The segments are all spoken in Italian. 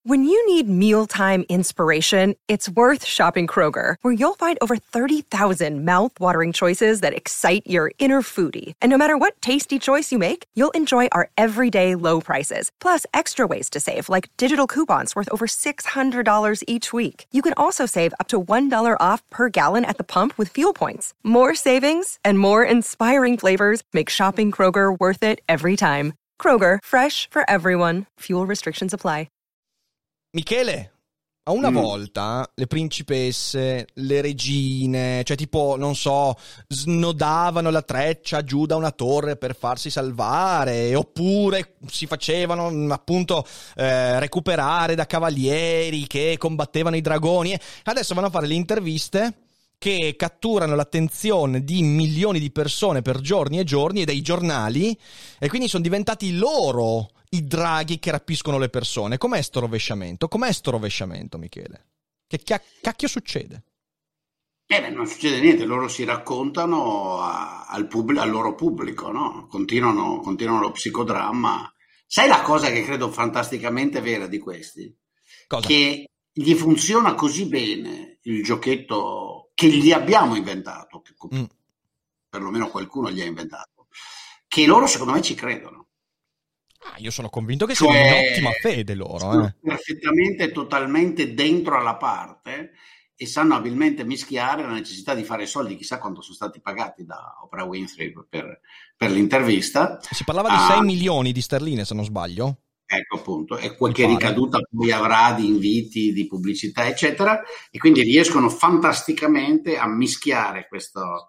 When you need mealtime inspiration, it's worth shopping Kroger, where you'll find over 30,000 mouth-watering choices that excite your inner foodie. And no matter what tasty choice you make, you'll enjoy our everyday low prices, plus extra ways to save, like digital coupons worth over $600 each week. You can also save up to $1 off per gallon at the pump with fuel points. More savings and more inspiring flavors make shopping Kroger worth it every time. Kroger, fresh for everyone. Fuel restrictions apply. Michele, a una volta le principesse, le regine, cioè tipo, non so, snodavano la treccia giù da una torre per farsi salvare, oppure si facevano appunto recuperare da cavalieri che combattevano i dragoni. Adesso vanno a fare le interviste che catturano l'attenzione di milioni di persone per giorni e giorni e dei giornali, e quindi sono diventati loro i draghi che rapiscono le persone. Com'è sto rovesciamento? Michele? Che cacchio succede? Non succede niente, loro si raccontano al loro pubblico, no? Continuano lo psicodramma. Sai la cosa che credo fantasticamente vera di questi? Cosa? Che gli funziona così bene il giochetto che gli abbiamo inventato, che perlomeno qualcuno gli ha inventato, che loro secondo me ci credono. Io sono convinto che siano in ottima fede loro. Sono perfettamente, totalmente dentro alla parte e sanno abilmente mischiare la necessità di fare soldi. Chissà quanto sono stati pagati da Oprah Winfrey per l'intervista. Si parlava di 6 milioni di sterline, se non sbaglio. Ecco appunto, e qualche ricaduta poi avrà di inviti, di pubblicità, eccetera, e quindi riescono fantasticamente a mischiare questo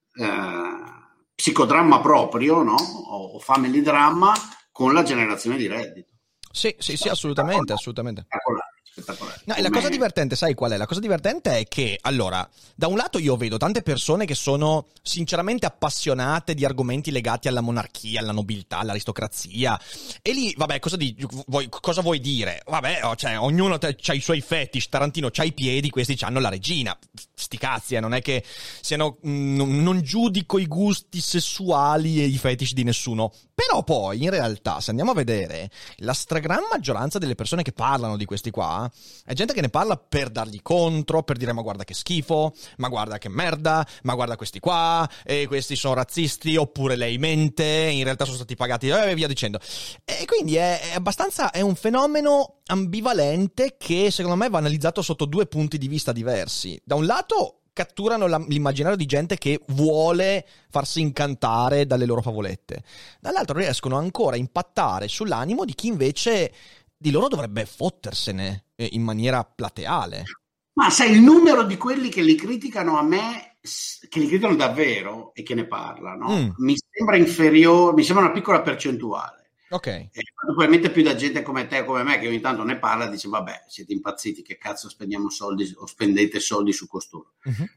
psicodramma proprio, no? O family drama con la generazione di reddito. Sì, assolutamente. Spettacolare. No, e la cosa divertente, sai qual è? La cosa divertente è che, allora, da un lato io vedo tante persone che sono sinceramente appassionate di argomenti legati alla monarchia, alla nobiltà, all'aristocrazia, e lì, vabbè, cosa vuoi dire? Vabbè, cioè, ognuno c'ha i suoi fetish, Tarantino c'ha i piedi, questi c'hanno la regina. Sti cazzi, non è che siano... non giudico i gusti sessuali e i fetish di nessuno, però poi, in realtà, se andiamo a vedere, la stragrande maggioranza delle persone che parlano di questi qua è gente che ne parla per dargli contro, per dire ma guarda che schifo, ma guarda che merda, ma guarda questi qua, e questi sono razzisti, oppure lei mente, in realtà sono stati pagati, e via dicendo. E quindi è un fenomeno ambivalente che secondo me va analizzato sotto due punti di vista diversi. Da un lato catturano l'immaginario di gente che vuole farsi incantare dalle loro favolette, dall'altro riescono ancora a impattare sull'animo di chi invece di loro dovrebbe fottersene in maniera plateale. Ma sai, il numero di quelli che li criticano a me, che li criticano davvero e che ne parlano, mi sembra inferiore, mi sembra una piccola percentuale. Ok. Probabilmente più da gente come te e come me che ogni tanto ne parla e dice vabbè, siete impazziti, che cazzo spendiamo soldi o spendete soldi su costoro.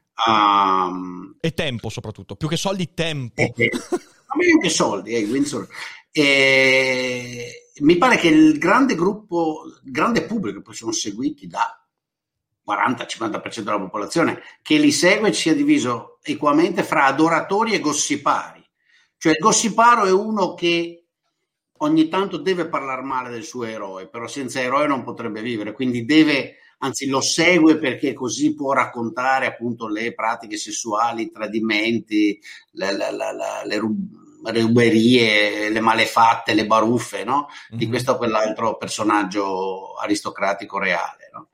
E tempo soprattutto, più che soldi, tempo. Ma anche soldi, Windsor. Mi pare che il grande pubblico, poi sono seguiti da 40-50% della popolazione, che li segue ci sia diviso equamente fra adoratori e gossipari. Cioè il gossiparo è uno che ogni tanto deve parlare male del suo eroe, però senza eroe non potrebbe vivere, quindi anzi lo segue perché così può raccontare appunto le pratiche sessuali, i tradimenti, le ruberie, le malefatte, le baruffe, no? Di questo o quell'altro personaggio aristocratico reale, no?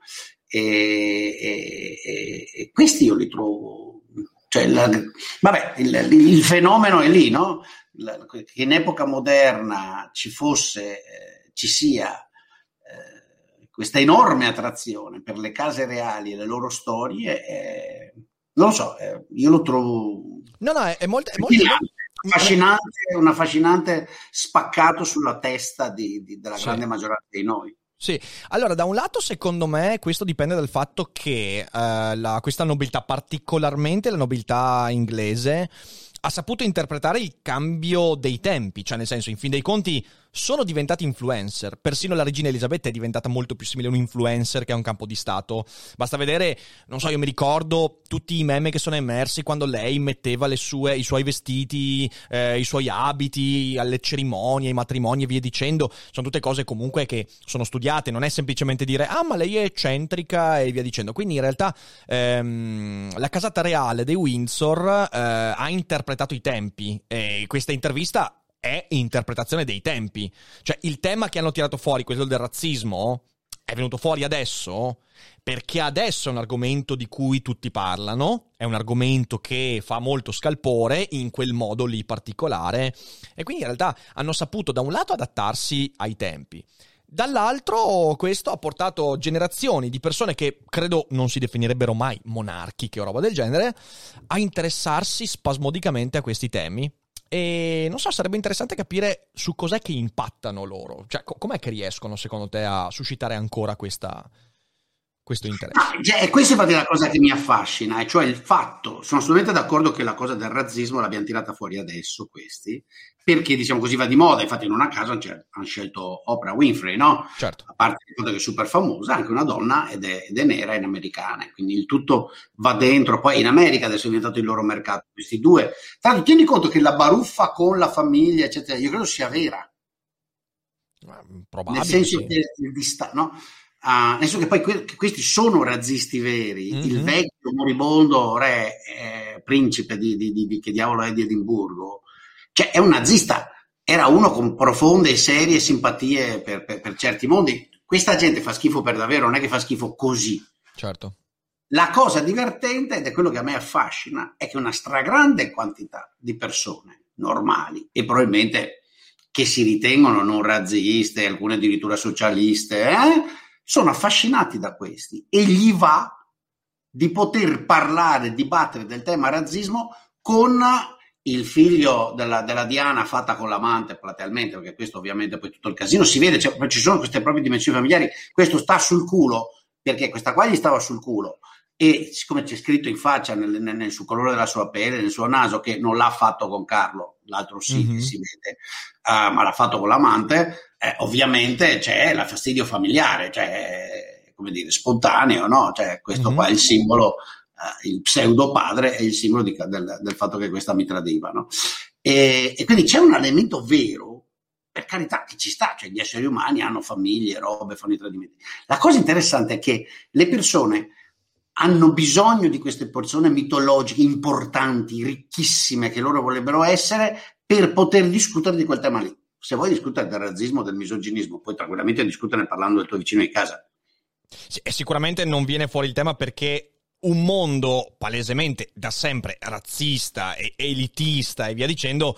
E questi io li trovo, cioè il fenomeno è lì, no? Che in epoca moderna ci sia questa enorme attrazione per le case reali e le loro storie, non lo so, io lo trovo è molto un affascinante spaccato sulla testa della grande maggioranza di noi. Sì, allora da un lato secondo me questo dipende dal fatto che questa nobiltà, particolarmente la nobiltà inglese, ha saputo interpretare il cambio dei tempi, cioè nel senso, in fin dei conti, sono diventati influencer. Persino la regina Elisabetta è diventata molto più simile a un influencer che a un capo di stato. Basta vedere, non so, io mi ricordo tutti i meme che sono emersi quando lei metteva i suoi vestiti, i suoi abiti alle cerimonie, ai matrimoni e via dicendo. Sono tutte cose comunque che sono studiate, non è semplicemente dire ma lei è eccentrica e via dicendo. Quindi in realtà la casata reale dei Windsor ha interpretato i tempi, e questa intervista è interpretazione dei tempi. Cioè, il tema che hanno tirato fuori, quello del razzismo, è venuto fuori adesso perché adesso è un argomento di cui tutti parlano, è un argomento che fa molto scalpore in quel modo lì particolare, e quindi in realtà hanno saputo da un lato adattarsi ai tempi, dall'altro questo ha portato generazioni di persone che credo non si definirebbero mai monarchiche o roba del genere a interessarsi spasmodicamente a questi temi. E non so, sarebbe interessante capire su cos'è che impattano loro. Cioè, com'è che riescono, secondo te, a suscitare ancora questo interesse? E questa è infatti la cosa che mi affascina, cioè il fatto, sono assolutamente d'accordo che la cosa del razzismo l'abbiamo tirata fuori adesso questi, perché diciamo così va di moda, infatti non a caso hanno scelto Oprah Winfrey, no? Certo. A parte il fatto che è super famosa, anche una donna ed è nera e americana, quindi il tutto va dentro, poi in America adesso è diventato il loro mercato, questi due. Tra l'altro tieni conto che la baruffa con la famiglia, eccetera, io credo sia vera. Probabile, nel senso sì. che no? Nel senso che poi questi sono razzisti veri. Mm-hmm. Il vecchio moribondo re principe di che diavolo è di Edimburgo, cioè è un nazista, era uno con profonde e serie simpatie per certi mondi. Questa gente fa schifo per davvero, non è che fa schifo così. Certo. La cosa divertente, ed è quello che a me affascina, è che una stragrande quantità di persone normali e probabilmente che si ritengono non razziste, alcune addirittura socialiste, sono affascinati da questi, e gli va di poter parlare, dibattere del tema razzismo con il figlio della Diana fatta con l'amante platealmente, perché questo ovviamente poi tutto il casino si vede, cioè, ci sono queste proprie dimensioni familiari. Questo sta sul culo perché questa qua gli stava sul culo, e siccome c'è scritto in faccia sul colore della sua pelle, nel suo naso, che non l'ha fatto con Carlo, l'altro sì, mm-hmm. Si vede, ma l'ha fatto con l'amante, ovviamente c'è il fastidio familiare, cioè, come dire, spontaneo, no? Cioè, questo mm-hmm. qua è il simbolo, il pseudo padre è il simbolo del fatto che questa mi tradiva, no? E quindi c'è un elemento vero, per carità, che ci sta, cioè gli esseri umani hanno famiglie, robe, fanno i tradimenti. La cosa interessante è che le persone hanno bisogno di queste persone mitologiche, importanti, ricchissime, che loro vorrebbero essere, per poter discutere di quel tema lì. Se vuoi discutere del razzismo, del misoginismo, puoi tranquillamente discutere parlando del tuo vicino di casa. Sì, e sicuramente non viene fuori il tema perché un mondo palesemente da sempre razzista e elitista e via dicendo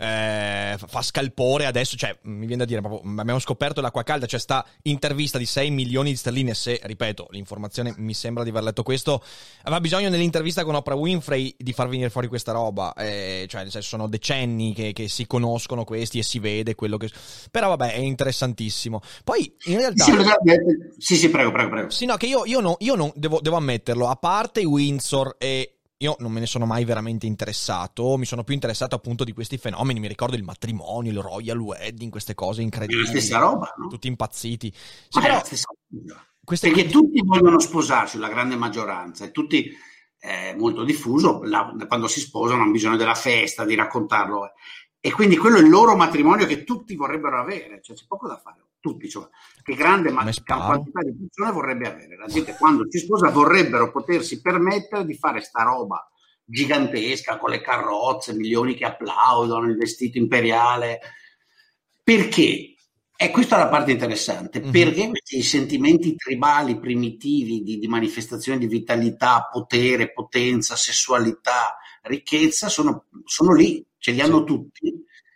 fa scalpore adesso, cioè mi viene da dire proprio, abbiamo scoperto l'acqua calda, cioè sta intervista di 6 milioni di sterline, se, ripeto, l'informazione mi sembra di aver letto questo, aveva bisogno nell'intervista con Oprah Winfrey di far venire fuori questa roba, cioè nel senso, sono decenni che si conoscono questi e si vede quello che... Però vabbè, è interessantissimo. Poi in realtà... Sì, prego. Sì, no, che io non devo ammetterlo, a parte i Windsor, e io non me ne sono mai veramente interessato, mi sono più interessato appunto di questi fenomeni, mi ricordo il matrimonio, il royal wedding, che cose incredibili. È la stessa roba, no? Tutti impazziti. Sì, però, è la stessa cosa. Perché tutti vogliono sposarsi, la grande maggioranza, e tutti, molto diffuso, quando si sposano hanno bisogno della festa, di raccontarlo. E quindi quello è il loro matrimonio che tutti vorrebbero avere, cioè c'è poco da fare. Tutti, cioè, che grande quantità di persone vorrebbe avere. La gente quando si sposa vorrebbero potersi permettere di fare sta roba gigantesca con le carrozze, milioni che applaudono, il vestito imperiale. Perché? E questa è la parte interessante, perché questi sentimenti tribali primitivi di manifestazione di vitalità, potere, potenza, sessualità, ricchezza sono lì, ce li hanno tutti.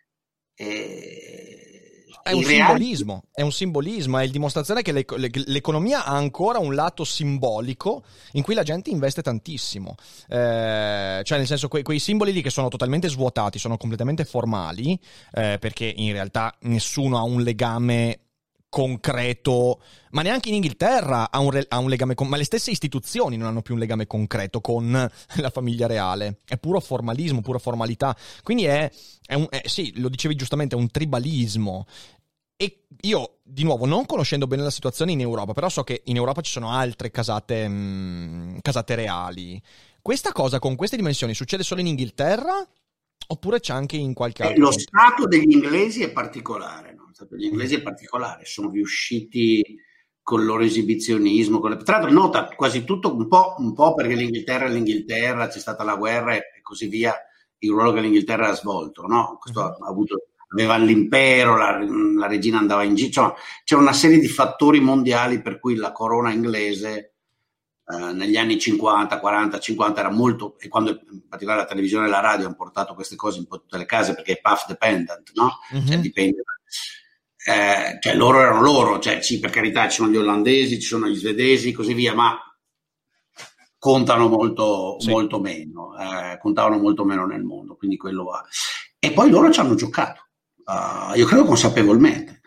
È un simbolismo, è dimostrazione che l'economia ha ancora un lato simbolico in cui la gente investe tantissimo. Cioè, nel senso, quei simboli lì che sono totalmente svuotati, sono completamente formali, perché in realtà nessuno ha un legame concreto, ma neanche in Inghilterra ha un legame ma le stesse istituzioni non hanno più un legame concreto con la famiglia reale, è puro formalismo, pura formalità, quindi sì, lo dicevi giustamente, è un tribalismo, E io, di nuovo, non conoscendo bene la situazione in Europa, però so che in Europa ci sono altre casate reali. Questa cosa con queste dimensioni succede solo in Inghilterra? Oppure c'è anche in qualche altro Lo continente? stato degli inglesi è particolare, no? Lo stato degli inglesi è particolare, sono riusciti con il loro esibizionismo. Tra l'altro nota quasi tutto un po' perché l'Inghilterra è l'Inghilterra, c'è stata la guerra e così via, il ruolo che l'Inghilterra ha svolto, no? Questo aveva l'impero, la regina andava in giro, cioè, c'è una serie di fattori mondiali per cui la corona inglese negli anni 50, 40, 50 era molto, e quando in particolare la televisione e la radio hanno portato queste cose in tutte le case perché è path dependent, no? Cioè dipende. Cioè loro erano loro, cioè sì, per carità ci sono gli olandesi, ci sono gli svedesi, così via, ma contano molto, Sì. molto meno, contavano molto meno nel mondo, quindi quello va. E poi loro ci hanno giocato, io credo consapevolmente,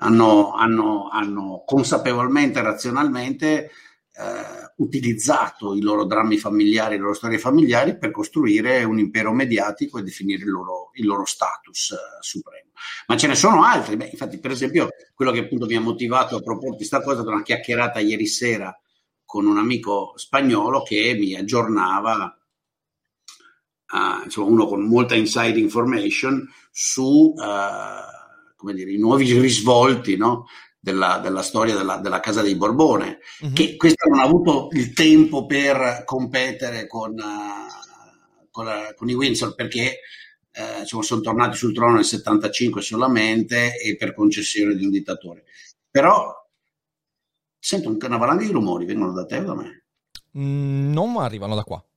hanno consapevolmente, razionalmente utilizzato i loro drammi familiari, le loro storie familiari per costruire un impero mediatico e definire il loro status supremo. Ma ce ne sono altri. Beh, infatti, per esempio, quello che appunto mi ha motivato a proporti questa cosa, una chiacchierata ieri sera con un amico spagnolo che mi aggiornava, insomma, uno con molta inside information su come dire, i nuovi risvolti, no? della storia della casa dei Borbone, che questa non ha avuto il tempo per competere con i Windsor, perché sono tornati sul trono nel 75 solamente e per concessione di un dittatore. Però sento una valanga di rumori, vengono da te o da me? Non arrivano da qua.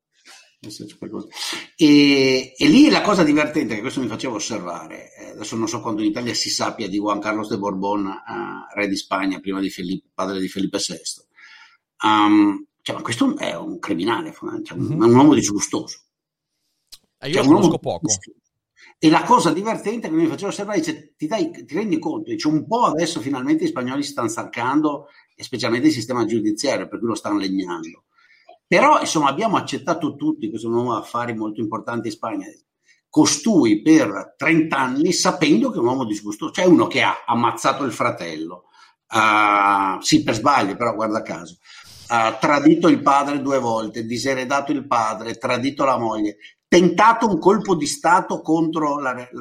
E lì la cosa divertente che questo mi faceva osservare, adesso non so quando in Italia si sappia di Juan Carlos de Borbón, re di Spagna prima di padre di Felipe VI, cioè, ma questo è un criminale, cioè, è un uomo disgustoso. Io lo conosco poco. E la cosa divertente che mi faceva osservare, dice, ti rendi conto, dice, un po' adesso finalmente gli spagnoli si stanno stancando, e specialmente il sistema giudiziario, per cui lo stanno legnando. Però, insomma, abbiamo accettato tutti, questo è un uomo affari molto importante in Spagna, costui per 30 anni sapendo che è un uomo disgustoso. C'è uno che ha ammazzato il fratello, sì, per sbaglio, però guarda caso, tradito il padre 2 volte, diseredato il padre, tradito la moglie, tentato un colpo di Stato contro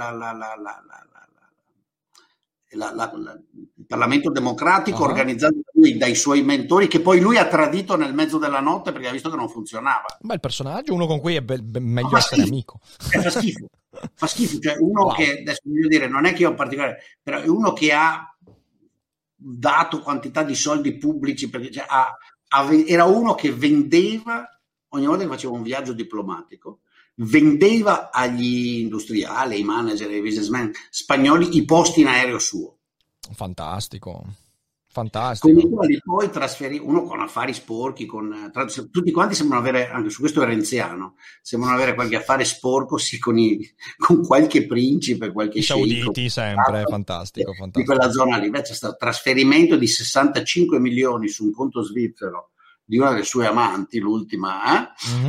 il Parlamento democratico, organizzato dai suoi mentori, che poi lui ha tradito nel mezzo della notte perché ha visto che non funzionava. Beh, il personaggio, uno con cui è meglio essere amico. Fa schifo, cioè uno che, adesso voglio dire, non è che io in particolare, però è uno che ha dato quantità di soldi pubblici, perché cioè, era uno che vendeva, ogni volta che faceva un viaggio diplomatico, vendeva agli industriali, ai manager, ai businessmen spagnoli i posti in aereo suo. Fantastico. Con i quali poi trasferì uno con affari sporchi, tutti quanti sembrano avere, anche su questo è renziano, sembrano avere qualche affare sporco, sì, con qualche principe, qualche sauditi, sempre, fantastico. Di quella zona lì. Invece c'è stato trasferimento di 65 milioni su un conto svizzero di una delle sue amanti, l'ultima,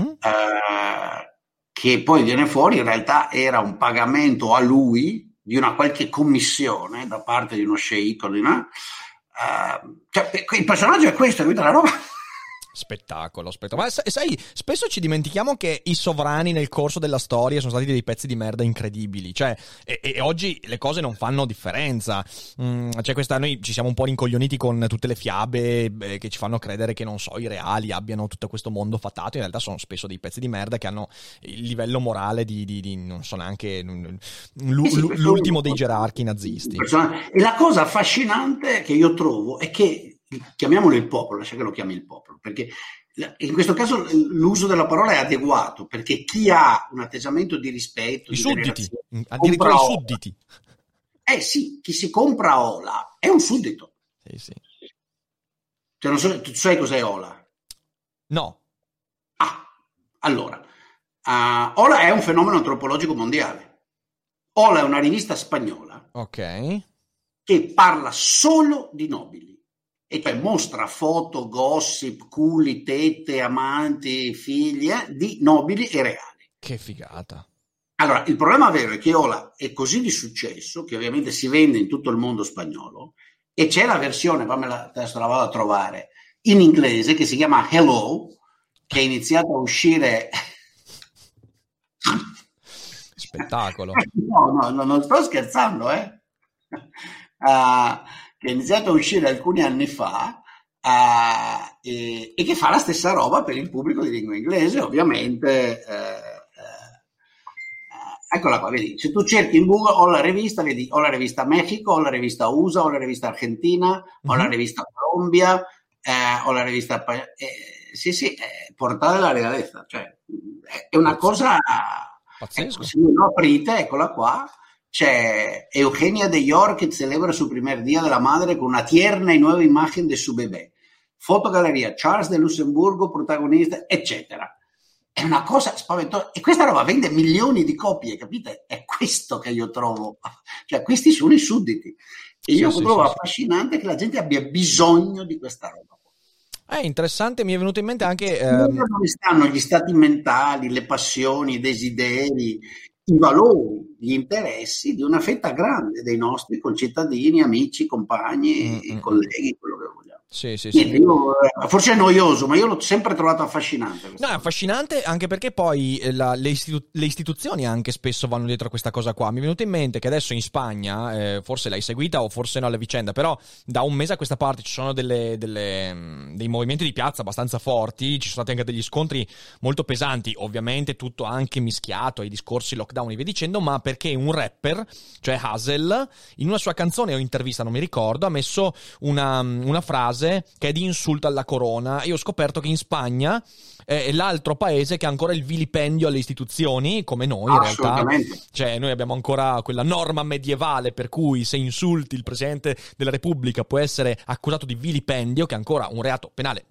che poi viene fuori, in realtà era un pagamento a lui di una qualche commissione da parte di uno sceicco, cioè, il personaggio è questo, è la roba. Spettacolo. Ma sai, spesso ci dimentichiamo che i sovrani nel corso della storia sono stati dei pezzi di merda incredibili, cioè, e oggi le cose non fanno differenza. Cioè, noi ci siamo un po' rincoglioniti con tutte le fiabe che ci fanno credere che, non so, i reali abbiano tutto questo mondo fatato. In realtà sono spesso dei pezzi di merda che hanno il livello morale di non so neanche l'ultimo dei gerarchi nazisti. E la cosa affascinante che io trovo è che, chiamiamolo il popolo, lascia che lo chiami il popolo, perché in questo caso l'uso della parola è adeguato, perché chi ha un atteggiamento di rispetto, i sudditi, addirittura i sudditi. Sì, chi si compra Ola è un suddito. Sì. Cioè, non so, tu sai cos'è Ola? No. Allora, Ola è un fenomeno antropologico mondiale. Ola è una rivista spagnola, ok, che parla solo di nobili. E poi mostra foto, gossip, culi, tette, amanti, figli, di nobili e reali. Che figata. Allora, il problema vero è che Ola è così di successo che ovviamente si vende in tutto il mondo spagnolo e c'è la versione, adesso la vado a trovare, in inglese che si chiama Hello, che è iniziato a uscire... Spettacolo. No, non sto scherzando, che è iniziato a uscire alcuni anni fa e che fa la stessa roba per il pubblico di lingua inglese, ovviamente. Eccola qua, vedi, se tu cerchi in Google ho la rivista, vedi, ho la rivista Mexico, ho la rivista USA, ho la rivista Argentina, ho la rivista Colombia, ho la rivista... sì, portale della realezza, cioè è una cosa... Pazzesco. Ecco, se lo aprite, eccola qua, c'è Eugenia de York che celebra su primer día de la madre con una tierna y nueva imagen de su bebé. Fotogaleria, Charles de Lussemburgo, protagonista, eccetera. È una cosa spaventosa e questa roba vende milioni di copie, capite? È questo che io trovo, cioè questi sono i sudditi e io trovo affascinante che la gente abbia bisogno di questa roba. È interessante, mi è venuto in mente anche... Dove stanno gli stati mentali, le passioni, i desideri, i valori, gli interessi di una fetta grande dei nostri concittadini, amici, compagni, colleghi, quello che vogliamo. Sì. Niente, forse è noioso, ma io l'ho sempre trovato affascinante. No, è affascinante anche perché poi le istituzioni anche spesso vanno dietro a questa cosa qua. Mi è venuto in mente che adesso in Spagna, forse l'hai seguita o forse no la vicenda, però da un mese a questa parte ci sono dei movimenti di piazza abbastanza forti, ci sono stati anche degli scontri molto pesanti, ovviamente tutto anche mischiato ai discorsi lockdown e via dicendo, ma perché un rapper, cioè Hazel, in una sua canzone o intervista, non mi ricordo, ha messo una frase che è di insulto alla corona. Io ho scoperto che in Spagna è l'altro paese che ha ancora il vilipendio alle istituzioni, come noi in realtà. Cioè noi abbiamo ancora quella norma medievale per cui se insulti il Presidente della Repubblica può essere accusato di vilipendio, che è ancora un reato penale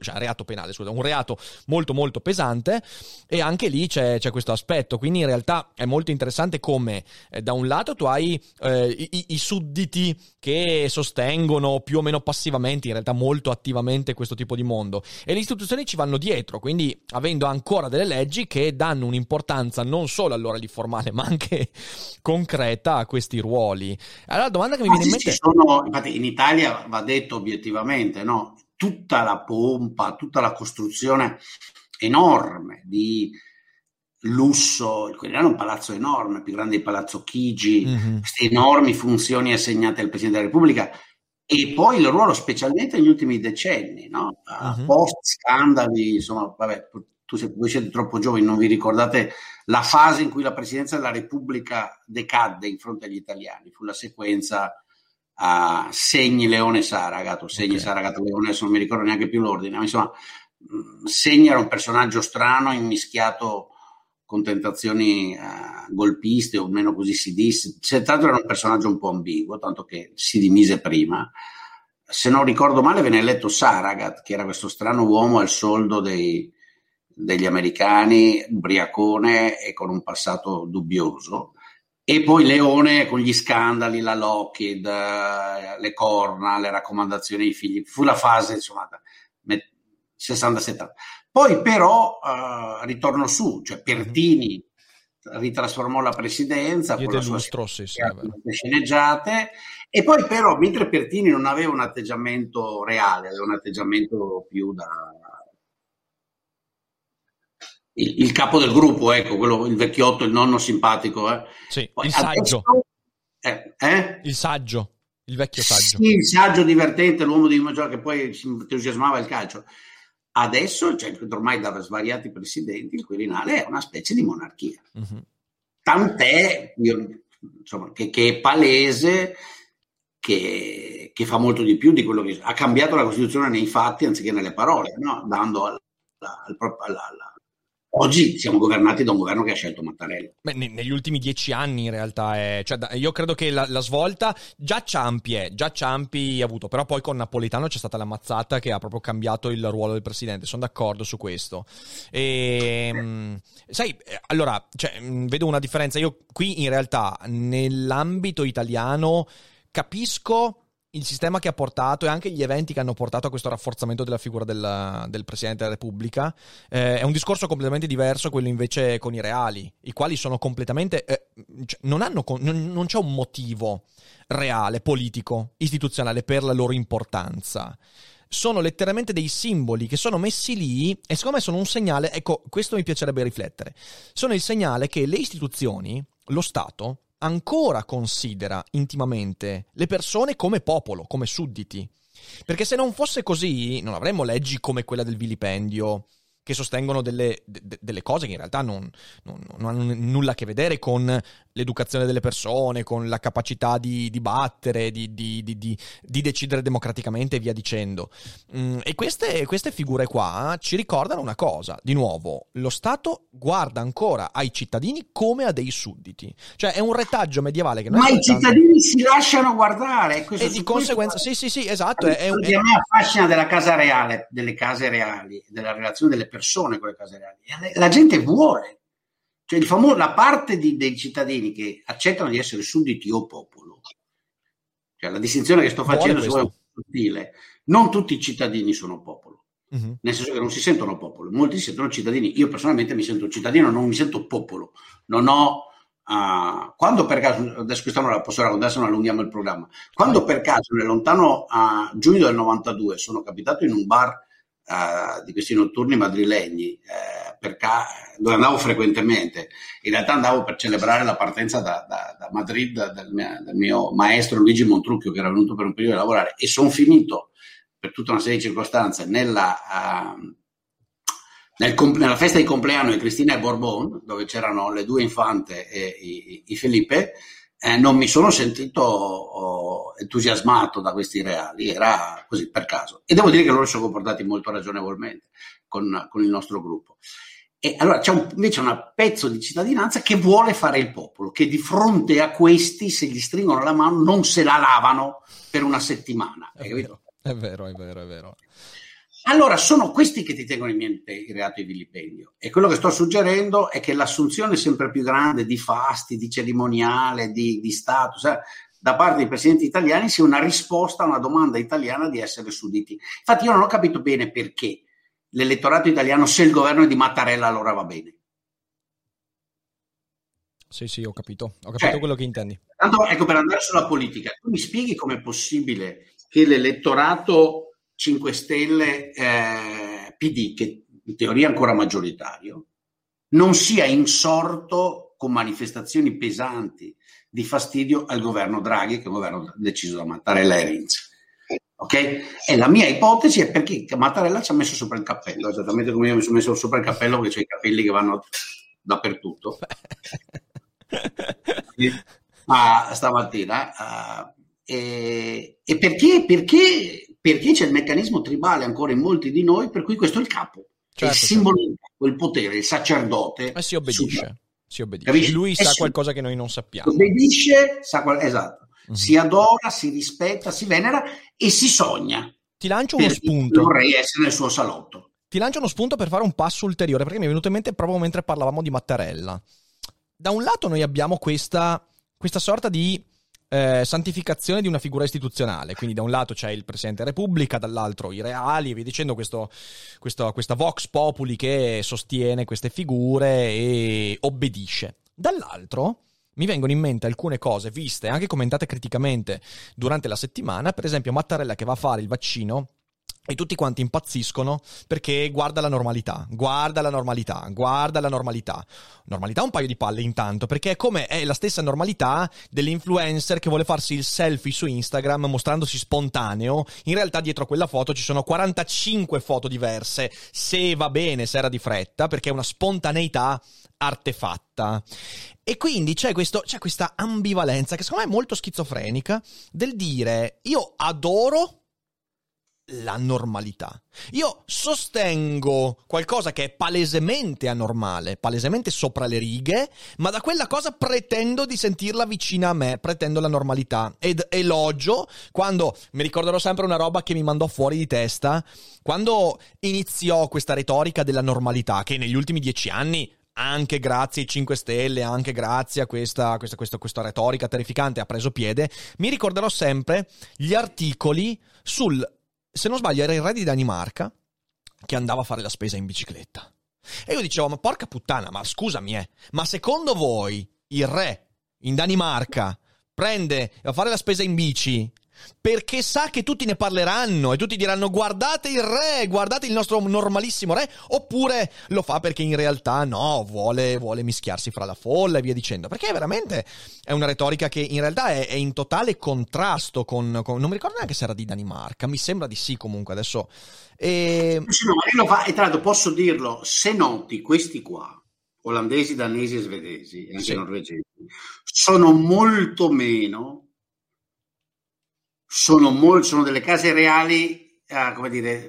un reato molto molto pesante, e anche lì c'è questo aspetto. Quindi in realtà è molto interessante come da un lato tu hai i sudditi che sostengono più o meno passivamente, in realtà molto attivamente, questo tipo di mondo, e le istituzioni ci vanno dietro, quindi avendo ancora delle leggi che danno un'importanza non solo allora di formale ma anche concreta a questi ruoli. Allora la domanda che mi viene in mente... infatti in Italia va detto obiettivamente, no? Tutta la pompa, tutta la costruzione enorme di lusso, il Quirinale è un palazzo enorme, più grande di Palazzo Chigi, queste enormi funzioni assegnate al Presidente della Repubblica, e poi il ruolo specialmente negli ultimi decenni, no? Post scandali, insomma, vabbè, voi siete troppo giovani, non vi ricordate la fase in cui la Presidenza della Repubblica decadde in fronte agli italiani, fu la sequenza Segni, Leone, Saragat, Segni, Saragat, Leone, adesso non mi ricordo neanche più l'ordine, ma insomma Segni era un personaggio strano, immischiato con tentazioni golpiste, o meno così si disse. Tanto era un personaggio un po' ambiguo, tanto che si dimise prima. Se non ricordo male venne eletto Saragat, che era questo strano uomo al soldo degli americani, ubriacone e con un passato dubbioso. E poi Leone con gli scandali, la Lockheed, le corna, le raccomandazioni ai figli. Fu la fase, insomma, 60-70. Poi però ritorno su, cioè Pertini ritrasformò la presidenza con la sua sceneggiate, e poi però mentre Pertini non aveva un atteggiamento reale, aveva un atteggiamento più da il capo del gruppo, ecco, quello, il vecchiotto, il nonno simpatico. Sì, poi il saggio. Adesso, il saggio, il vecchio saggio. Sì, il saggio divertente, l'uomo di che poi si entusiasmava il calcio. Adesso, cioè, ormai da svariati presidenti, il Quirinale è una specie di monarchia. Tant'è insomma, che è palese che fa molto di più di quello che ha cambiato la Costituzione nei fatti anziché nelle parole, no? Dando oggi siamo governati da un governo che ha scelto Mattarella. Beh, negli ultimi 10 anni in realtà io credo che la svolta già Ciampi ha avuto, però poi con Napolitano c'è stata la mazzata che ha proprio cambiato il ruolo del presidente. Sono d'accordo su questo. Sai, allora, vedo una differenza. Io qui in realtà nell'ambito italiano capisco il sistema che ha portato e anche gli eventi che hanno portato a questo rafforzamento della figura del Presidente della Repubblica è un discorso completamente diverso quello invece con i reali, i quali sono completamente non c'è un motivo reale, politico, istituzionale per la loro importanza. Sono letteralmente dei simboli che sono messi lì e secondo me sono un segnale, ecco, questo mi piacerebbe riflettere, sono il segnale che le istituzioni, lo Stato, ancora considera intimamente le persone come popolo, come sudditi. Perché se non fosse così, non avremmo leggi come quella del vilipendio, che sostengono delle cose che in realtà non hanno nulla a che vedere con l'educazione delle persone, con la capacità di dibattere, di decidere democraticamente e via dicendo. E queste figure qua ci ricordano una cosa, di nuovo, lo Stato guarda ancora ai cittadini come a dei sudditi. Cioè è un retaggio medievale che ma i cittadini si lasciano guardare. E di conseguenza, sì, esatto. A me affascina della casa reale, delle case reali, della relazione delle persone con le case reali. La gente vuole. Cioè la parte dei cittadini che accettano di essere sudditi o popolo, cioè la distinzione che sto facendo è sottile, non tutti i cittadini sono popolo, nel senso che non si sentono popolo, molti si sentono cittadini. Io personalmente mi sento cittadino, non mi sento popolo, non ho quando per caso, adesso quest'anno la posso raccontare se non allunghiamo il programma, quando per caso nel lontano giugno del 92 sono capitato in un bar di questi notturni madrilegni dove andavo frequentemente, in realtà andavo per celebrare la partenza da Madrid del mio maestro Luigi Montrucchio, che era venuto per un periodo a lavorare, e sono finito per tutta una serie di circostanze nella festa di compleanno di Cristina e Borbon, dove c'erano le due infante e i Felipe. Non mi sono sentito entusiasmato da questi reali, era così per caso, e devo dire che loro si sono comportati molto ragionevolmente con il nostro gruppo. E allora c'è invece un pezzo di cittadinanza che vuole fare il popolo, che di fronte a questi, se gli stringono la mano, non se la lavano per una settimana. È vero. Allora sono questi che ti tengono in mente il reato di vilipendio, e quello che sto suggerendo è che l'assunzione sempre più grande di fasti, di cerimoniale, di status da parte dei presidenti italiani sia una risposta a una domanda italiana di essere sudditi. Infatti io non ho capito bene perché l'elettorato italiano, se il governo è di Mattarella, allora va bene. Sì, ho capito quello che intendi. Tanto, ecco, per andare sulla politica, tu mi spieghi com'è possibile che l'elettorato 5 Stelle PD, che in teoria è ancora maggioritario, non sia insorto con manifestazioni pesanti di fastidio al governo Draghi, che è un governo deciso da Mattarella e Renzi. Ok? E la mia ipotesi è perché Mattarella ci ha messo sopra il cappello, esattamente come io mi sono messo sopra il cappello, perché ho i capelli che vanno dappertutto. Stamattina. E perché c'è il meccanismo tribale ancora in molti di noi, per cui questo è il capo, certo, è il simbolo del capo, il potere, il sacerdote. Si obbedisce. Capisci? Lui sa qualcosa che noi non sappiamo. Obbedisce, esatto. Si adora, si rispetta, si venera e si sogna. Ti lancio uno spunto. Vorrei essere nel suo salotto. Ti lancio uno spunto per fare un passo ulteriore, perché mi è venuto in mente proprio mentre parlavamo di Mattarella. Da un lato noi abbiamo questa sorta di santificazione di una figura istituzionale, quindi da un lato c'è il Presidente della Repubblica, dall'altro i reali, e via dicendo, questa vox populi che sostiene queste figure e obbedisce. Dall'altro mi vengono in mente alcune cose viste, anche commentate criticamente durante la settimana, per esempio Mattarella che va a fare il vaccino e tutti quanti impazziscono perché guarda la normalità. Normalità un paio di palle intanto, perché è la stessa normalità dell'influencer che vuole farsi il selfie su Instagram mostrandosi spontaneo. In realtà dietro a quella foto ci sono 45 foto diverse, se va bene, se era di fretta, perché è una spontaneità artefatta. E quindi c'è questa ambivalenza che secondo me è molto schizofrenica del dire: io adoro la normalità, io sostengo qualcosa che è palesemente anormale, palesemente sopra le righe, ma da quella cosa pretendo di sentirla vicina a me, pretendo la normalità, ed elogio quando, mi ricorderò sempre una roba che mi mandò fuori di testa, quando iniziò questa retorica della normalità, che negli ultimi 10 anni anche grazie ai 5 Stelle, anche grazie a questa retorica terrificante ha preso piede, mi ricorderò sempre gli articoli sul, se non sbaglio era il re di Danimarca, che andava a fare la spesa in bicicletta. E io dicevo, ma porca puttana, ma scusami, ma secondo voi il re in Danimarca prende a fare la spesa in bici perché sa che tutti ne parleranno e tutti diranno guardate il re, guardate il nostro normalissimo re, oppure lo fa perché in realtà no, vuole mischiarsi fra la folla e via dicendo? Perché veramente è una retorica che in realtà è in totale contrasto con non mi ricordo neanche se era di Danimarca, mi sembra di sì comunque adesso. Sì, no, ma lui lo fa, e tra l'altro posso dirlo, se noti questi qua, olandesi, danesi e svedesi, e anche norvegesi, sono molto meno, sono delle case reali, come dire,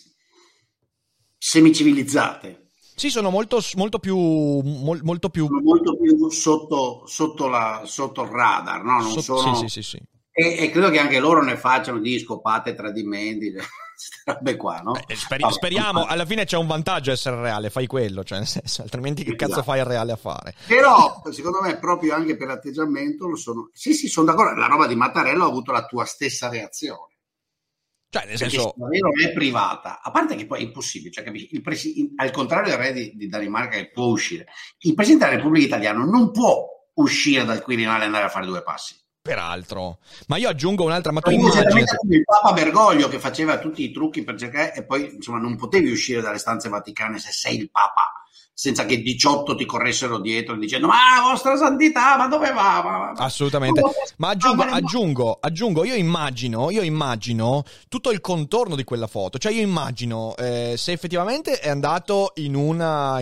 semicivilizzate. Sì, sono molto più sono molto più sotto il radar, no? Non sono. Sì. E credo che anche loro ne facciano di scopate, tradimenti, queste robe qua, no? Speriamo, alla fine c'è un vantaggio essere reale, fai quello, cioè nel senso, altrimenti che cazzo fai il reale a fare? Però, secondo me, proprio anche per l'atteggiamento lo sono. Sì, sono d'accordo, la roba di Mattarella ha avuto la tua stessa reazione. Cioè, nel perché senso, davvero è privata, a parte che poi è impossibile, cioè, capisci? Al contrario del re di Danimarca che può uscire, il Presidente della Repubblica Italiana non può uscire dal Quirinale e andare a fare 2 passi. Peraltro, ma io aggiungo un'altra, ma tu immagini il Papa Bergoglio che faceva tutti i trucchi per cercare, e poi insomma non potevi uscire dalle stanze vaticane se sei il Papa senza che 18 ti corressero dietro dicendo ma vostra santità, ma dove va? Assolutamente, ma aggiungo, io immagino tutto il contorno di quella foto, cioè io immagino se effettivamente è andato in un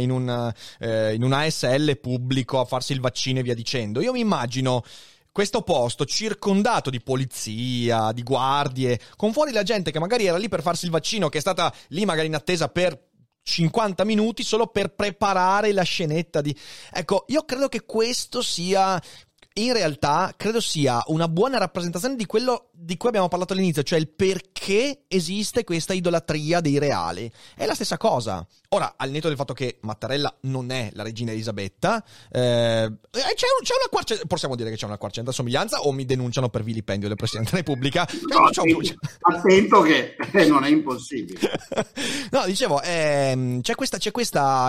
ASL pubblico a farsi il vaccino e via dicendo, io mi immagino questo posto circondato di polizia, di guardie, con fuori la gente che magari era lì per farsi il vaccino, che è stata lì magari in attesa per 50 minuti solo per preparare la scenetta di. Ecco, io credo che questo sia, in realtà, credo sia una buona rappresentazione di quello di cui abbiamo parlato all'inizio, cioè il perché esiste questa idolatria dei reali. È la stessa cosa. Ora, al netto del fatto che Mattarella non è la regina Elisabetta, c'è una possiamo dire che c'è una quarcenta somiglianza o mi denunciano per vilipendio del Presidente della Repubblica? Attento che non è impossibile. No, dicevo, c'è questa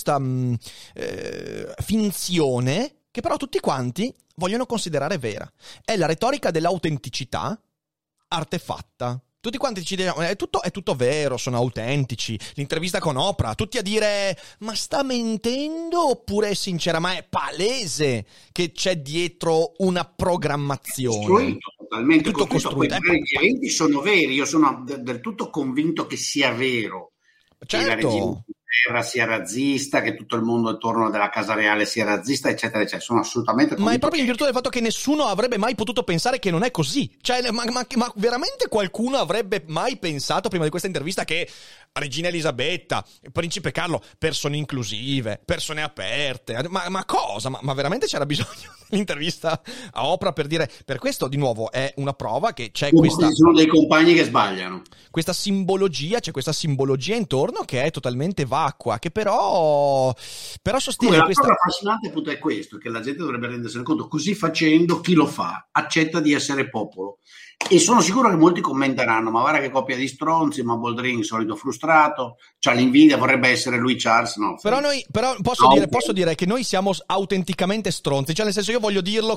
finzione che però tutti quanti vogliono considerare vera. È la retorica dell'autenticità artefatta. Tutti quanti ci dicono, è tutto vero, sono autentici. L'intervista con Oprah, tutti a dire, ma sta mentendo oppure è sincera? Ma è palese che c'è dietro una programmazione. Costruito, totalmente tutto costruito. Gli eventi sono veri, io sono del tutto convinto che sia vero. Certo. Sia razzista, che tutto il mondo attorno della Casa Reale sia razzista, eccetera, eccetera. Sono assolutamente convinto. Ma è proprio in virtù del fatto che nessuno avrebbe mai potuto pensare che non è così. Cioè, ma veramente qualcuno avrebbe mai pensato prima di questa intervista che Regina Elisabetta, Principe Carlo, persone inclusive, persone aperte? Ma cosa? Ma veramente c'era bisogno dell'intervista a Oprah per dire? Per questo, di nuovo, è una prova che c'è questa. Ci sono dei compagni che sbagliano. Questa simbologia, c'è questa simbologia intorno che è totalmente vacua, che però sostiene questa. La cosa affascinante appunto è questo, che la gente dovrebbe rendersene conto. Così facendo, chi lo fa accetta di essere popolo. E sono sicuro che molti commenteranno, ma guarda che coppia di stronzi, ma Boldrin solito frustrato, c'ha l'invidia, vorrebbe essere lui Charles, no? Però posso dire che noi siamo autenticamente stronzi, cioè nel senso, io voglio dirlo,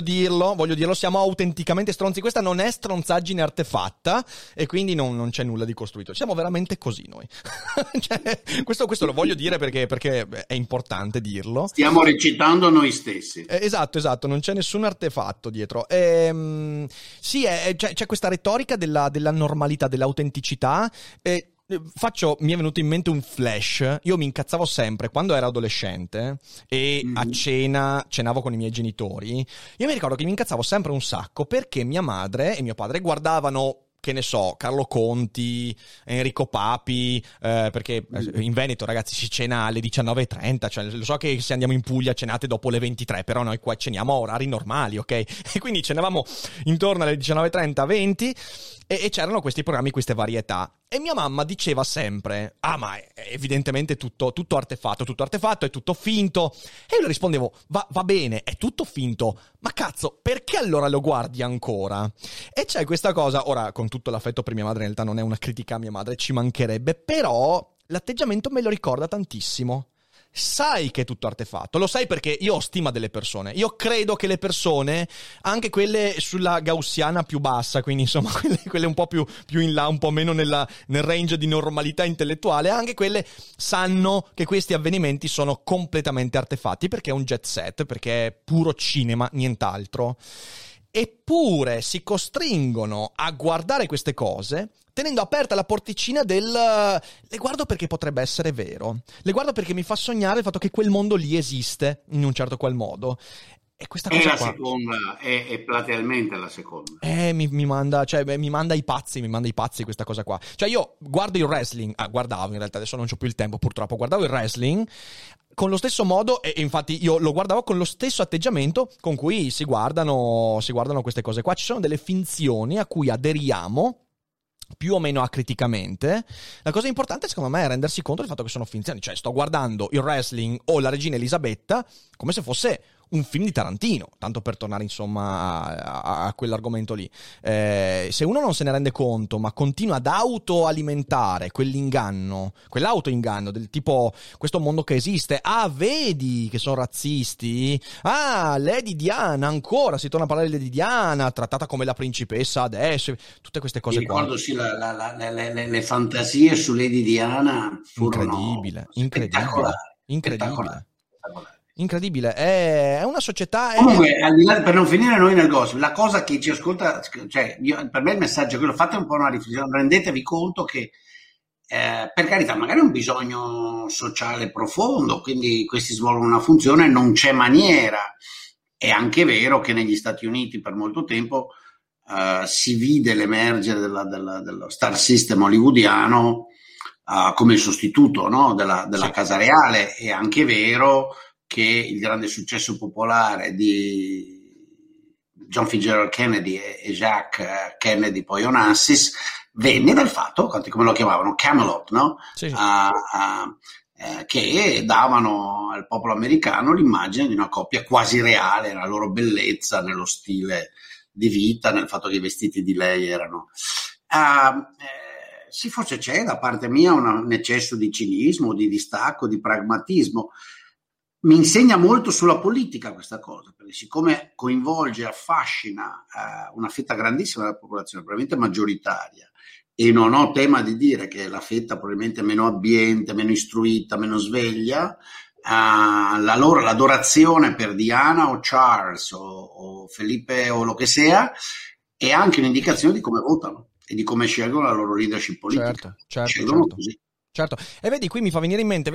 siamo autenticamente stronzi, questa non è stronzaggine artefatta e quindi non c'è nulla di costruito, siamo veramente così noi. Cioè, questo lo voglio dire perché è importante dirlo. Stiamo recitando noi stessi. Esatto, non c'è nessun artefatto dietro. Sì, c'è questa retorica della normalità, dell'autenticità. Mi è venuto in mente un flash. Io mi incazzavo sempre quando ero adolescente e a cenavo con i miei genitori. Io mi ricordo che mi incazzavo sempre un sacco perché mia madre e mio padre guardavano, che ne so, Carlo Conti, Enrico Papi, perché in Veneto, ragazzi, si cena alle 19:30, cioè lo so che se andiamo in Puglia cenate dopo le 23, però noi qua ceniamo a orari normali, ok? E quindi cenavamo intorno alle 19:30, 20 e c'erano questi programmi, queste varietà. E mia mamma diceva sempre, ma è evidentemente tutto artefatto, è tutto finto. E io le rispondevo, va bene, è tutto finto, ma cazzo, perché allora lo guardi ancora? E c'è questa cosa, ora con tutto l'affetto per mia madre, in realtà non è una critica a mia madre, ci mancherebbe, però l'atteggiamento me lo ricorda tantissimo. Sai che è tutto artefatto, lo sai perché io ho stima delle persone, io credo che le persone, anche quelle sulla gaussiana più bassa, quindi insomma quelle un po' più in là, un po' meno nel range di normalità intellettuale, anche quelle sanno che questi avvenimenti sono completamente artefatti, perché è un jet set, perché è puro cinema, nient'altro. Eppure si costringono a guardare queste cose tenendo aperta la porticina le guardo perché potrebbe essere vero, le guardo perché mi fa sognare il fatto che quel mondo lì esiste in un certo qual modo. E questa cosa qua seconda, è platealmente la seconda. Mi manda i pazzi questa cosa qua. Cioè io guardo il wrestling, guardavo in realtà, adesso non c'ho più il tempo purtroppo, guardavo il wrestling con lo stesso modo, e infatti io lo guardavo con lo stesso atteggiamento con cui si guardano queste cose qua. Ci sono delle finzioni a cui aderiamo più o meno acriticamente. La cosa importante secondo me è rendersi conto del fatto che sono finzioni. Cioè sto guardando il wrestling o la regina Elisabetta come se fosse un film di Tarantino, tanto per tornare insomma a quell'argomento lì. Se uno non se ne rende conto ma continua ad autoalimentare quell'autoinganno del tipo questo mondo che esiste, vedi che sono razzisti, Lady Diana, ancora si torna a parlare di Lady Diana trattata come la principessa adesso, tutte queste cose qua. Ricordo sì, le fantasie su Lady Diana furono incredibile. È una società. Comunque, al di là, per non finire noi nel gossip, la cosa che ci ascolta, cioè, per me il messaggio è quello: fate un po' una riflessione, rendetevi conto che, per carità, magari è un bisogno sociale profondo, quindi questi svolgono una funzione, non c'è maniera. È anche vero che negli Stati Uniti per molto tempo si vide l'emergere dello star system hollywoodiano come il sostituto, no? della sì, Casa Reale. È anche vero che il grande successo popolare di John Fitzgerald Kennedy e Jacques Kennedy, poi Onassis, venne dal fatto, come lo chiamavano, Camelot, no? Sì. Che davano al popolo americano l'immagine di una coppia quasi reale, nella loro bellezza, nello stile di vita, nel fatto che i vestiti di lei erano... sì, forse c'è da parte mia un eccesso di cinismo, di distacco, di pragmatismo. Mi insegna molto sulla politica questa cosa, perché siccome coinvolge e affascina una fetta grandissima della popolazione, probabilmente maggioritaria, e non ho tema di dire che la fetta probabilmente meno abbiente, meno istruita, meno sveglia, l'adorazione per Diana o Charles o Felipe o lo che sia è anche un'indicazione di come votano e di come scelgono la loro leadership politica. Certo. Così. Certo, e vedi, qui mi fa venire in mente,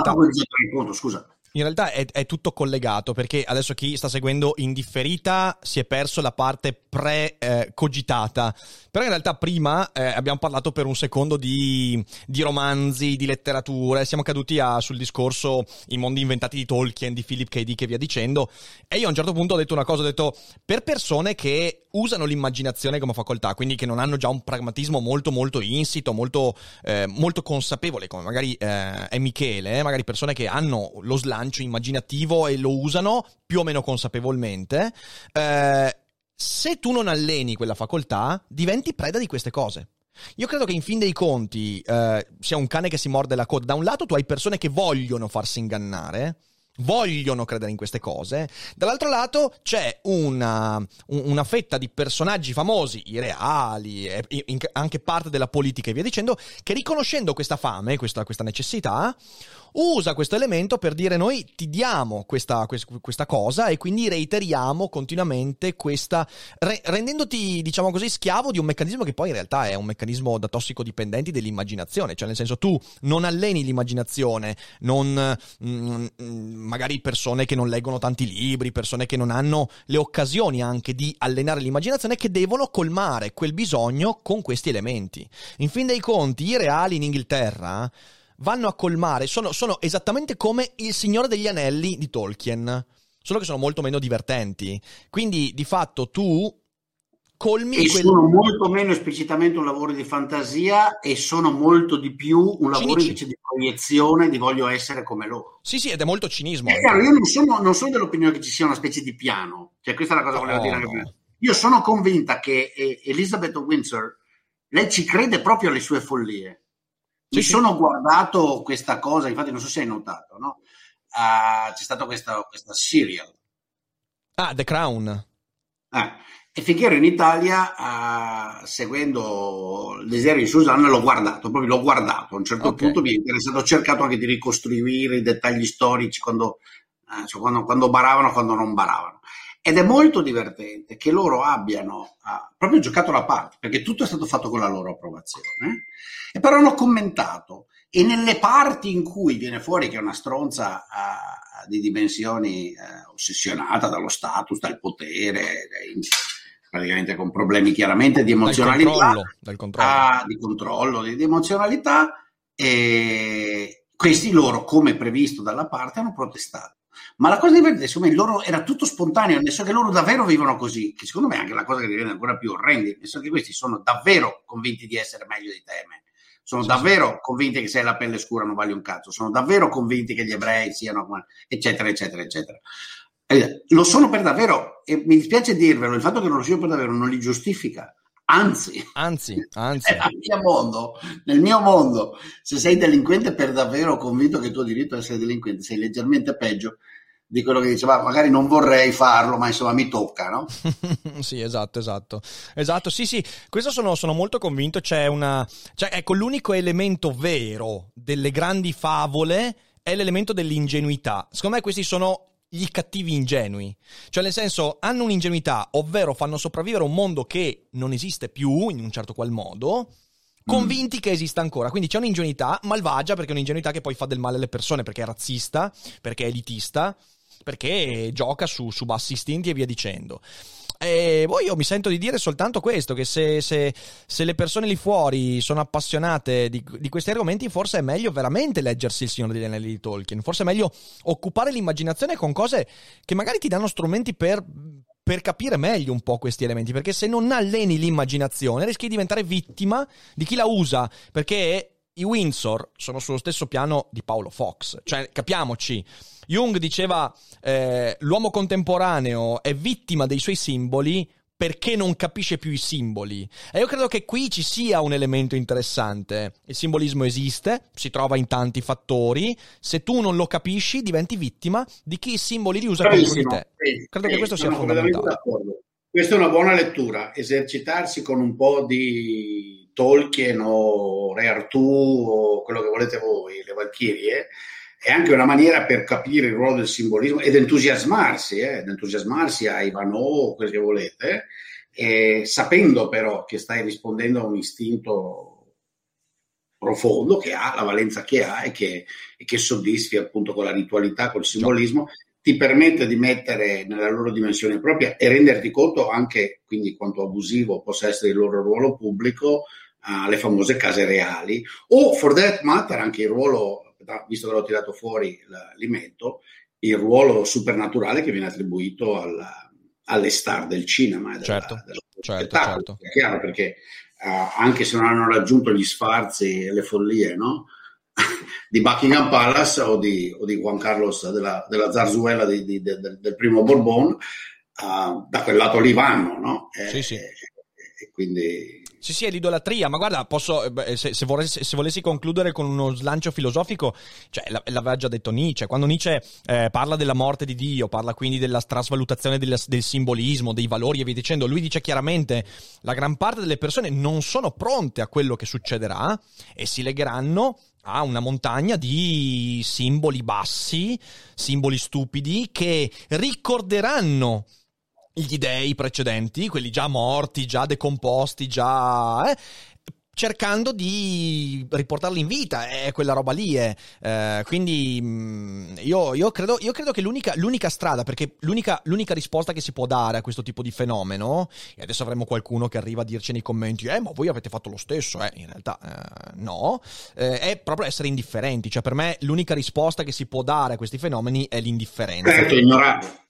in realtà è tutto collegato, perché adesso chi sta seguendo in differita si è perso la parte pre-cogitata, però in realtà prima abbiamo parlato per un secondo di romanzi, di letteratura, siamo caduti sul discorso I mondi inventati di Tolkien, di Philip K. Dick e via dicendo, e io a un certo punto ho detto una cosa, ho detto, per persone che usano l'immaginazione come facoltà, quindi che non hanno già un pragmatismo molto molto insito, molto consapevole, come magari è Michele, magari persone che hanno lo slancio immaginativo e lo usano più o meno consapevolmente, se tu non alleni quella facoltà diventi preda di queste cose. Io credo che in fin dei conti sia un cane che si morde la coda. Da un lato tu hai persone che vogliono farsi ingannare, vogliono credere in queste cose, dall'altro lato c'è una fetta di personaggi famosi, i reali, anche parte della politica e via dicendo, che riconoscendo questa fame, questa necessità, usa questo elemento per dire: noi ti diamo questa cosa e quindi reiteriamo continuamente rendendoti, diciamo così, schiavo di un meccanismo che poi in realtà è un meccanismo da tossicodipendenti dell'immaginazione, cioè nel senso tu non alleni l'immaginazione, magari persone che non leggono tanti libri, persone che non hanno le occasioni anche di allenare l'immaginazione, che devono colmare quel bisogno con questi elementi. In fin dei conti i reali in Inghilterra vanno a colmare, sono esattamente come Il Signore degli Anelli di Tolkien, solo che sono molto meno divertenti. Quindi di fatto tu colmi e sono molto meno esplicitamente un lavoro di fantasia e sono molto di più un lavoro invece di proiezione, di voglio essere come loro. Sì, ed è molto cinismo. È chiaro, io non sono dell'opinione che ci sia una specie di piano, cioè questa è la cosa che volevo dire anche prima. Io sono convinta che Elizabeth Windsor, lei ci crede proprio alle sue follie. Mi sono guardato questa cosa, infatti non so se hai notato, no? C'è stata questa serial. The Crown. E finché ero in Italia, seguendo il desiderio di Susanna, l'ho guardato. A un certo punto mi è interessato, ho cercato anche di ricostruire i dettagli storici quando baravano, quando non baravano. Ed è molto divertente che loro abbiano proprio giocato la parte, perché tutto è stato fatto con la loro approvazione, e però hanno commentato. E nelle parti in cui viene fuori che è una stronza di dimensioni, ossessionata dallo status, dal potere, praticamente con problemi chiaramente di emozionalità, di controllo, di emozionalità, e questi loro, come previsto dalla parte, hanno protestato. Ma la cosa divertente, secondo me, loro era tutto spontaneo, nel senso che loro davvero vivono così, che secondo me è anche la cosa che li rende ancora più orrendi, nel senso che questi sono davvero convinti di essere meglio di te, sono davvero convinti che se hai la pelle scura non vali un cazzo, sono davvero convinti che gli ebrei siano, eccetera, eccetera, eccetera. Lo sono per davvero, e mi dispiace dirvelo, il fatto che non lo siano per davvero non li giustifica, anzi. Nel mio mondo, se sei delinquente per davvero, convinto che il tuo diritto è essere delinquente, sei leggermente peggio di quello che diceva, magari non vorrei farlo, ma insomma mi tocca, no? Sì, esatto, sì, questo sono molto convinto. Ecco, l'unico elemento vero delle grandi favole è l'elemento dell'ingenuità. Secondo me questi sono gli cattivi ingenui, cioè nel senso hanno un'ingenuità, ovvero fanno sopravvivere un mondo che non esiste più in un certo qual modo, convinti che esista ancora. Quindi c'è un'ingenuità malvagia, perché è un'ingenuità che poi fa del male alle persone, perché è razzista, perché è elitista, perché gioca su bassi istinti e via dicendo. E poi io mi sento di dire soltanto questo, che se le persone lì fuori sono appassionate di questi argomenti, forse è meglio veramente leggersi Il Signore degli Anelli di Tolkien, forse è meglio occupare l'immaginazione con cose che magari ti danno strumenti per capire meglio un po' questi elementi, perché se non alleni l'immaginazione rischi di diventare vittima di chi la usa, perché i Windsor sono sullo stesso piano di Paolo Fox, cioè capiamoci. Jung diceva l'uomo contemporaneo è vittima dei suoi simboli perché non capisce più i simboli, e io credo che qui ci sia un elemento interessante. Il simbolismo esiste, si trova in tanti fattori, se tu non lo capisci diventi vittima di chi i simboli li usa contro di te. Credo che questo sia fondamentale. Questa è una buona lettura, esercitarsi con un po' di Tolkien o Re Artù o quello che volete voi, le Valchirie, è anche una maniera per capire il ruolo del simbolismo ed entusiasmarsi a Ivanhoe, quel che volete, sapendo però che stai rispondendo a un istinto profondo che ha la valenza che ha e che soddisfi appunto con la ritualità, col simbolismo, ti permette di mettere nella loro dimensione propria e renderti conto anche quindi quanto abusivo possa essere il loro ruolo pubblico, alle famose case reali, o for that matter anche il ruolo, visto che l'ho tirato fuori, li metto, il ruolo supernaturale che viene attribuito alle star del cinema e dello spettacolo. È chiaro, perché anche se non hanno raggiunto gli sfarzi e le follie, no? di Buckingham Palace o di Juan Carlos della zarzuela del primo Bourbon, da quel lato lì vanno, no? Sì. E quindi... Sì, è l'idolatria, ma guarda, se volessi concludere con uno slancio filosofico, cioè l'aveva già detto Nietzsche, quando Nietzsche parla della morte di Dio, parla quindi della trasvalutazione del simbolismo, dei valori e via dicendo, lui dice chiaramente la gran parte delle persone non sono pronte a quello che succederà e si legheranno a una montagna di simboli bassi, simboli stupidi che ricorderanno gli dei precedenti, quelli già morti, già decomposti, già cercando di riportarli in vita, è quella roba lì. Quindi io credo che l'unica strada, perché l'unica risposta che si può dare a questo tipo di fenomeno, e adesso avremo qualcuno che arriva a dirci nei commenti ma voi avete fatto lo stesso, in realtà no, è proprio essere indifferenti. Cioè per me l'unica risposta che si può dare a questi fenomeni è l'indifferenza. Certo, ignorare.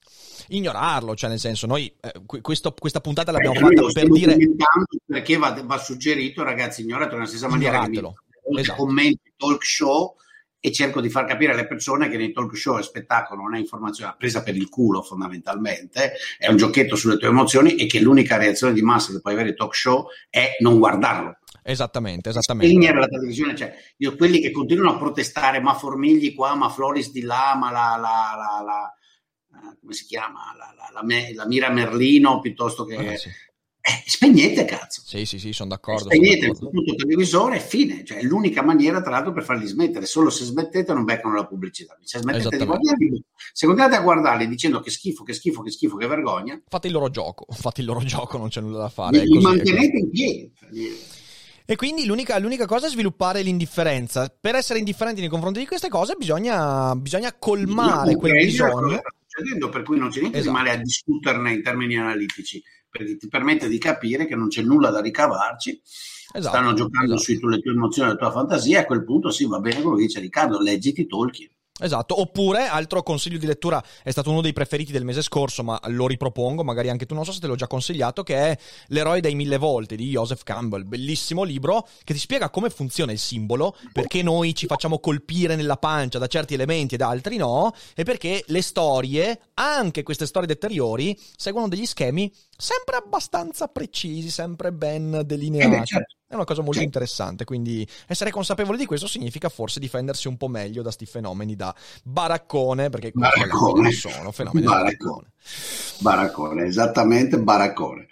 ignorarlo, cioè nel senso noi questa puntata l'abbiamo fatta per dire perché va suggerito, ragazzi, ignoratelo nella stessa maniera che esatto. commenti talk show e cerco di far capire alle persone che nei talk show è spettacolo, non è informazione presa per il culo, fondamentalmente è un giochetto sulle tue emozioni, e che l'unica reazione di massa che puoi avere ai talk show è non guardarlo. Esattamente. Spegnere la televisione, cioè io quelli che continuano a protestare, ma Formigli qua, ma Floris di là, ma la come si chiama, la Mira Merlino, piuttosto che sì. Spegnete, cazzo. Sì, sono d'accordo. Spegnete il tutto televisore e fine. Cioè, è l'unica maniera, tra l'altro, per farli smettere. Solo se smettete non beccano la pubblicità. Se smettete di guardarli, se continuate a guardarli dicendo che schifo, che vergogna, fate il loro gioco, non c'è nulla da fare. Li mantenete in piedi. E quindi l'unica cosa è sviluppare l'indifferenza. Per essere indifferenti nei confronti di queste cose bisogna colmare quel bisogno. Per cui non c'è niente di male a discuterne in termini analitici, perché ti permette di capire che non c'è nulla da ricavarci. Stanno giocando sulle tue emozioni, la tua fantasia, e a quel punto sì, va bene quello che dice Riccardo, leggiti Tolkien. Esatto, oppure altro consiglio di lettura, è stato uno dei preferiti del mese scorso, ma lo ripropongo, magari anche tu, non so se te l'ho già consigliato, che è L'eroe dei 1000 volte di Joseph Campbell. Bellissimo libro che ti spiega come funziona il simbolo, perché noi ci facciamo colpire nella pancia da certi elementi e da altri no, e perché le storie, anche queste storie deteriori, seguono degli schemi sempre abbastanza precisi, sempre ben delineati. Certo. È una cosa molto interessante, quindi essere consapevoli di questo significa forse difendersi un po' meglio da sti fenomeni da baraccone, perché non sono fenomeni da baraccone, esattamente baraccone.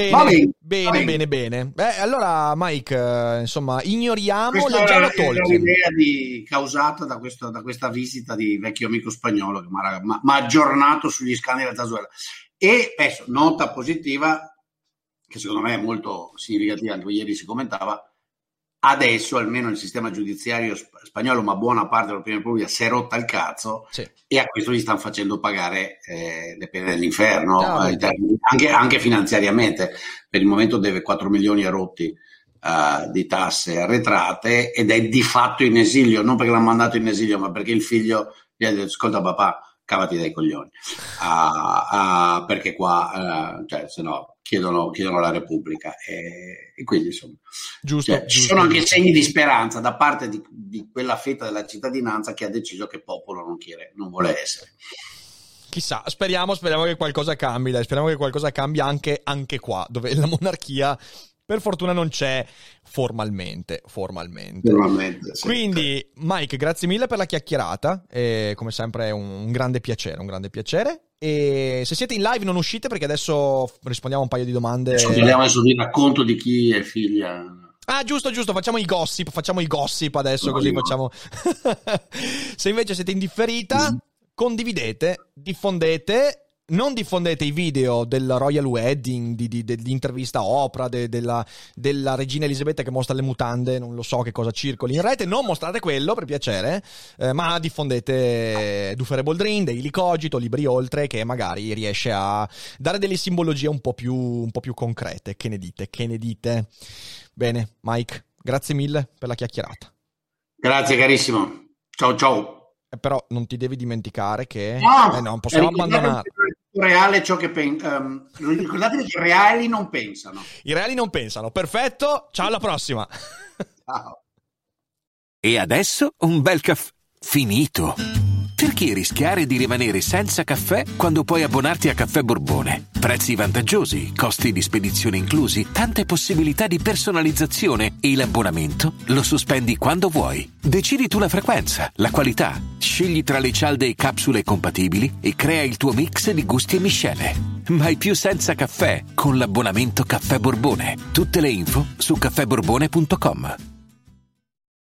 Bene. Beh, allora Mike, insomma, ignoriamo leggendo Tolkien. L'idea causata da questa visita di vecchio amico spagnolo che mi ha aggiornato sugli scandali della Tazuela. E adesso, nota positiva, che secondo me è molto significativa, anche ieri si commentava, adesso almeno il sistema giudiziario spagnolo, ma buona parte dell'opinione pubblica, si è rotta il cazzo, sì. E a questo gli stanno facendo pagare le pene dell'inferno, anche finanziariamente. Per il momento deve 4 milioni e rotti di tasse arretrate, ed è di fatto in esilio, non perché l'hanno mandato in esilio, ma perché il figlio gli ha detto: ascolta papà, cavati dai coglioni, perché qua cioè, se no chiedono la Repubblica, e quindi insomma ci sono anche segni di speranza da parte di quella fetta della cittadinanza che ha deciso che popolo non vuole essere. Chissà, speriamo che qualcosa cambi, speriamo che qualcosa cambi anche qua, dove la monarchia per fortuna non c'è formalmente. Sì. Quindi, Mike, grazie mille per la chiacchierata. Come sempre è un grande piacere. E se siete in live non uscite, perché adesso rispondiamo a un paio di domande. Parliamo adesso di racconto di chi è figlia. Ah, giusto, facciamo il gossip adesso, così facciamo. Se invece siete in differita, condividete, diffondete. Non diffondete i video del Royal Wedding, dell'intervista a Oprah, della regina Elisabetta che mostra le mutande, non lo so che cosa circoli in rete, non mostrate quello per piacere, ma diffondete Dufere Boldrin, Daily Cogito, Libri Oltre, che magari riesce a dare delle simbologie un po' più concrete. Che ne dite? Bene, Mike, grazie mille per la chiacchierata. Grazie carissimo, ciao. Però non ti devi dimenticare che non possiamo abbandonare. Reale ciò che ricordate che i reali non pensano. Perfetto, ciao, alla prossima. Ciao. E adesso un bel caffè finito. Perché rischiare di rimanere senza caffè quando puoi abbonarti a Caffè Borbone? Prezzi vantaggiosi, costi di spedizione inclusi, tante possibilità di personalizzazione, e l'abbonamento lo sospendi quando vuoi. Decidi tu la frequenza, la qualità, scegli tra le cialde e capsule compatibili e crea il tuo mix di gusti e miscele. Mai più senza caffè con l'abbonamento Caffè Borbone. Tutte le info su caffèborbone.com.